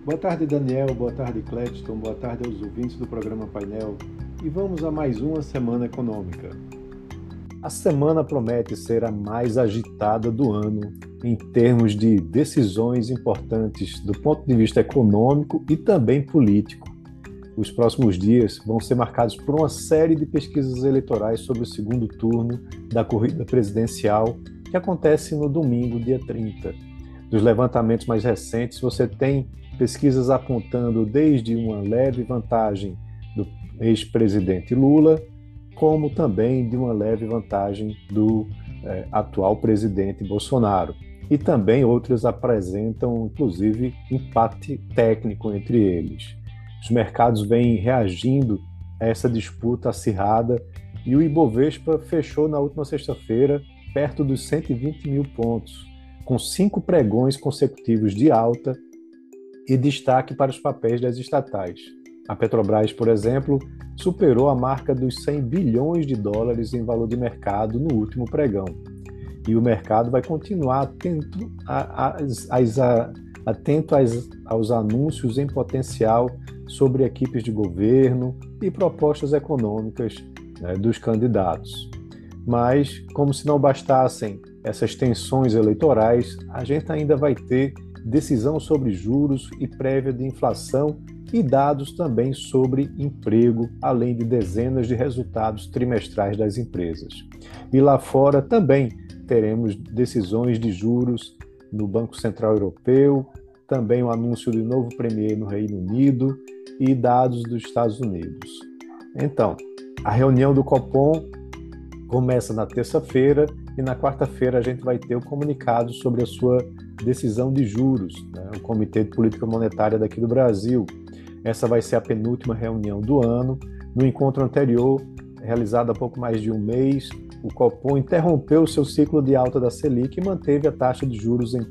Boa tarde, Daniel. Boa tarde, Cledston. Boa tarde aos ouvintes do programa Painel. E vamos a mais uma semana econômica. A semana promete ser a mais agitada do ano em termos de decisões importantes do ponto de vista econômico e também político. Os próximos dias vão ser marcados por uma série de pesquisas eleitorais sobre o segundo turno da corrida presidencial, que acontece no domingo, dia 30. Dos levantamentos mais recentes, você tem pesquisas apontando desde uma leve vantagem do ex-presidente Lula, como também de uma leve vantagem do atual presidente Bolsonaro. E também outras apresentam, inclusive, empate técnico entre eles. Os mercados vêm reagindo a essa disputa acirrada e o Ibovespa fechou na última sexta-feira perto dos 120 mil pontos, com 5 pregões consecutivos de alta e destaque para os papéis das estatais. A Petrobras, por exemplo, superou a marca dos 100 bilhões de dólares em valor de mercado no último pregão. E o mercado vai continuar atento aos anúncios em potencial sobre equipes de governo e propostas econômicas, dos candidatos. Mas, como se não bastassem essas tensões eleitorais, a gente ainda vai ter decisão sobre juros e prévia de inflação e dados também sobre emprego, além de dezenas de resultados trimestrais das empresas. E lá fora também teremos decisões de juros no Banco Central Europeu, também o anúncio de novo premier no Reino Unido e dados dos Estados Unidos. Então, a reunião do Copom começa na terça-feira e na quarta-feira a gente vai ter o comunicado sobre a sua decisão de juros, o Comitê de Política Monetária daqui do Brasil. Essa vai ser a penúltima reunião do ano. No encontro anterior, realizado há pouco mais de um mês, o Copom interrompeu o seu ciclo de alta da Selic e manteve a taxa de juros em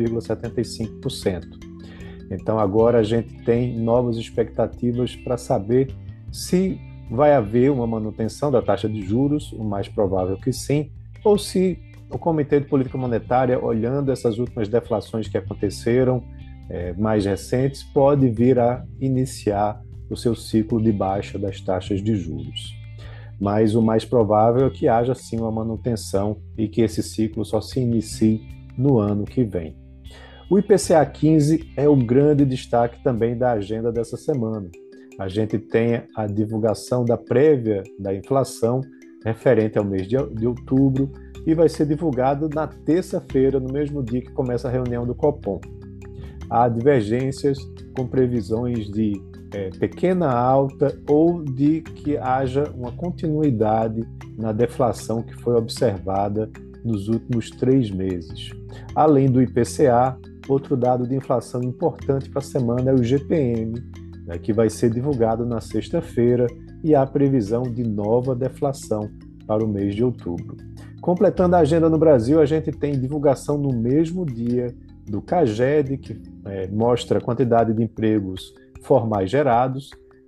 13,75%. Então agora a gente tem novas expectativas para saber se vai haver uma manutenção da taxa de juros, o mais provável que sim, ou se o Comitê de Política Monetária, olhando essas últimas deflações que aconteceram, mais recentes, pode vir a iniciar o seu ciclo de baixa das taxas de juros. Mas o mais provável é que haja sim uma manutenção e que esse ciclo só se inicie no ano que vem. O IPCA 15 é o grande destaque também da agenda dessa semana. A gente tem a divulgação da prévia da inflação referente ao mês de outubro e vai ser divulgado na terça-feira, no mesmo dia que começa a reunião do Copom. Há divergências com previsões de pequena alta ou de que haja uma continuidade na deflação que foi observada nos últimos 3 meses. Além do IPCA, outro dado de inflação importante para a semana é o IGPM, que vai ser divulgado na sexta-feira, e há previsão de nova deflação para o mês de outubro. Completando a agenda no Brasil, a gente tem divulgação no mesmo dia do CAGED, que mostra a quantidade de empregos formais gerados,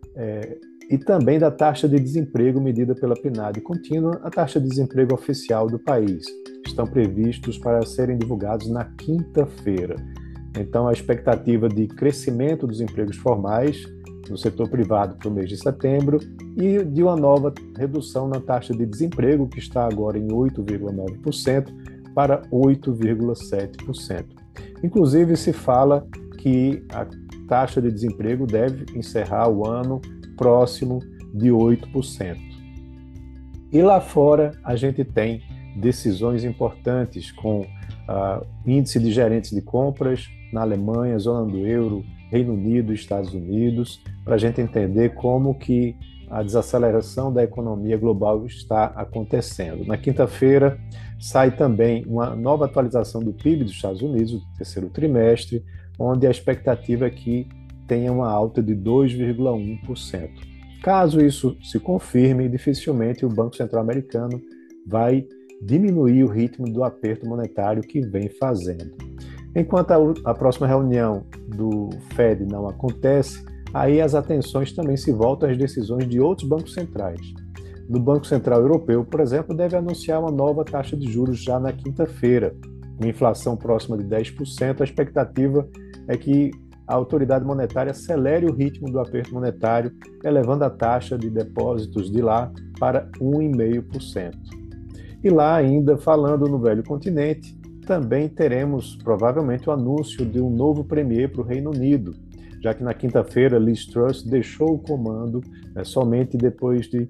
e também da taxa de desemprego medida pela PNAD contínua, a taxa de desemprego oficial do país. Estão previstos para serem divulgados na quinta-feira. Então, a expectativa de crescimento dos empregos formais no setor privado para o mês de setembro e de uma nova redução na taxa de desemprego, que está agora em 8,9% para 8,7%. Inclusive, se fala que a taxa de desemprego deve encerrar o ano próximo de 8%. E lá fora, a gente tem decisões importantes com índice de gerentes de compras na Alemanha, zona do euro, Reino Unido e Estados Unidos, para a gente entender como que a desaceleração da economia global está acontecendo. Na quinta-feira, sai também uma nova atualização do PIB dos Estados Unidos, do terceiro trimestre, onde a expectativa é que tenha uma alta de 2,1%. Caso isso se confirme, dificilmente o Banco Central americano vai diminuir o ritmo do aperto monetário que vem fazendo. Enquanto a próxima reunião do Fed não acontece, aí as atenções também se voltam às decisões de outros bancos centrais. No Banco Central Europeu, por exemplo, deve anunciar uma nova taxa de juros já na quinta-feira, uma inflação próxima de 10%. A expectativa é que a autoridade monetária acelere o ritmo do aperto monetário, elevando a taxa de depósitos de lá para 1,5%. E lá ainda, falando no velho continente, também teremos provavelmente o anúncio de um novo premier para o Reino Unido, já que na quinta-feira Liz Truss deixou o comando somente depois de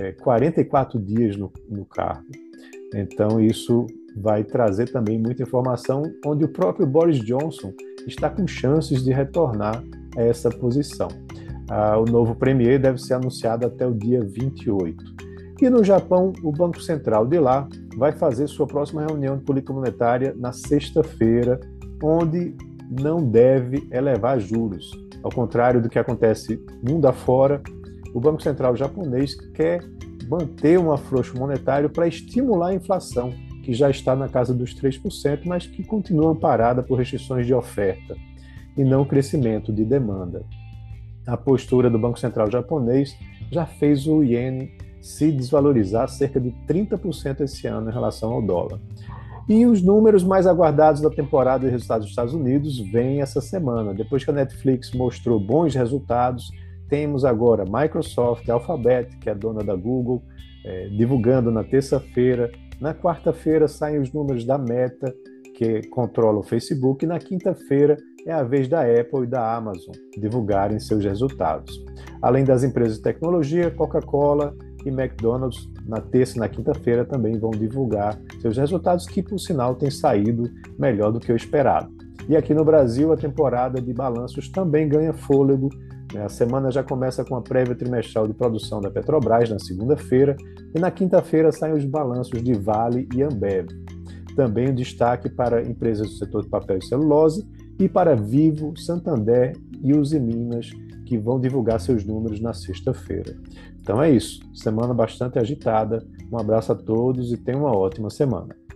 44 dias no cargo. Então isso vai trazer também muita informação, onde o próprio Boris Johnson está com chances de retornar a essa posição. O novo premier deve ser anunciado até o dia 28. E no Japão, o Banco Central de lá vai fazer sua próxima reunião de política monetária na sexta-feira, onde não deve elevar juros. Ao contrário do que acontece mundo afora, o Banco Central japonês quer manter um afrouxo monetário para estimular a inflação, que já está na casa dos 3%, mas que continua parada por restrições de oferta e não crescimento de demanda. A postura do Banco Central japonês já fez o iene se desvalorizar cerca de 30% esse ano em relação ao dólar. E os números mais aguardados da temporada de resultados dos Estados Unidos vêm essa semana. Depois que a Netflix mostrou bons resultados, temos agora Microsoft, Alphabet, que é dona da Google, divulgando na terça-feira. Na quarta-feira saem os números da Meta, que controla o Facebook, e na quinta-feira é a vez da Apple e da Amazon divulgarem seus resultados. Além das empresas de tecnologia, Coca-Cola e McDonald's, na terça e na quinta-feira, também vão divulgar seus resultados, que, por sinal, têm saído melhor do que o esperado. E aqui no Brasil, a temporada de balanços também ganha fôlego. A semana já começa com a prévia trimestral de produção da Petrobras, na segunda-feira, e na quinta-feira saem os balanços de Vale e Ambev. Também o destaque para empresas do setor de papel e celulose e para Vivo, Santander e Usiminas, que vão divulgar seus números na sexta-feira. Então é isso, semana bastante agitada. Um abraço a todos e tenham uma ótima semana.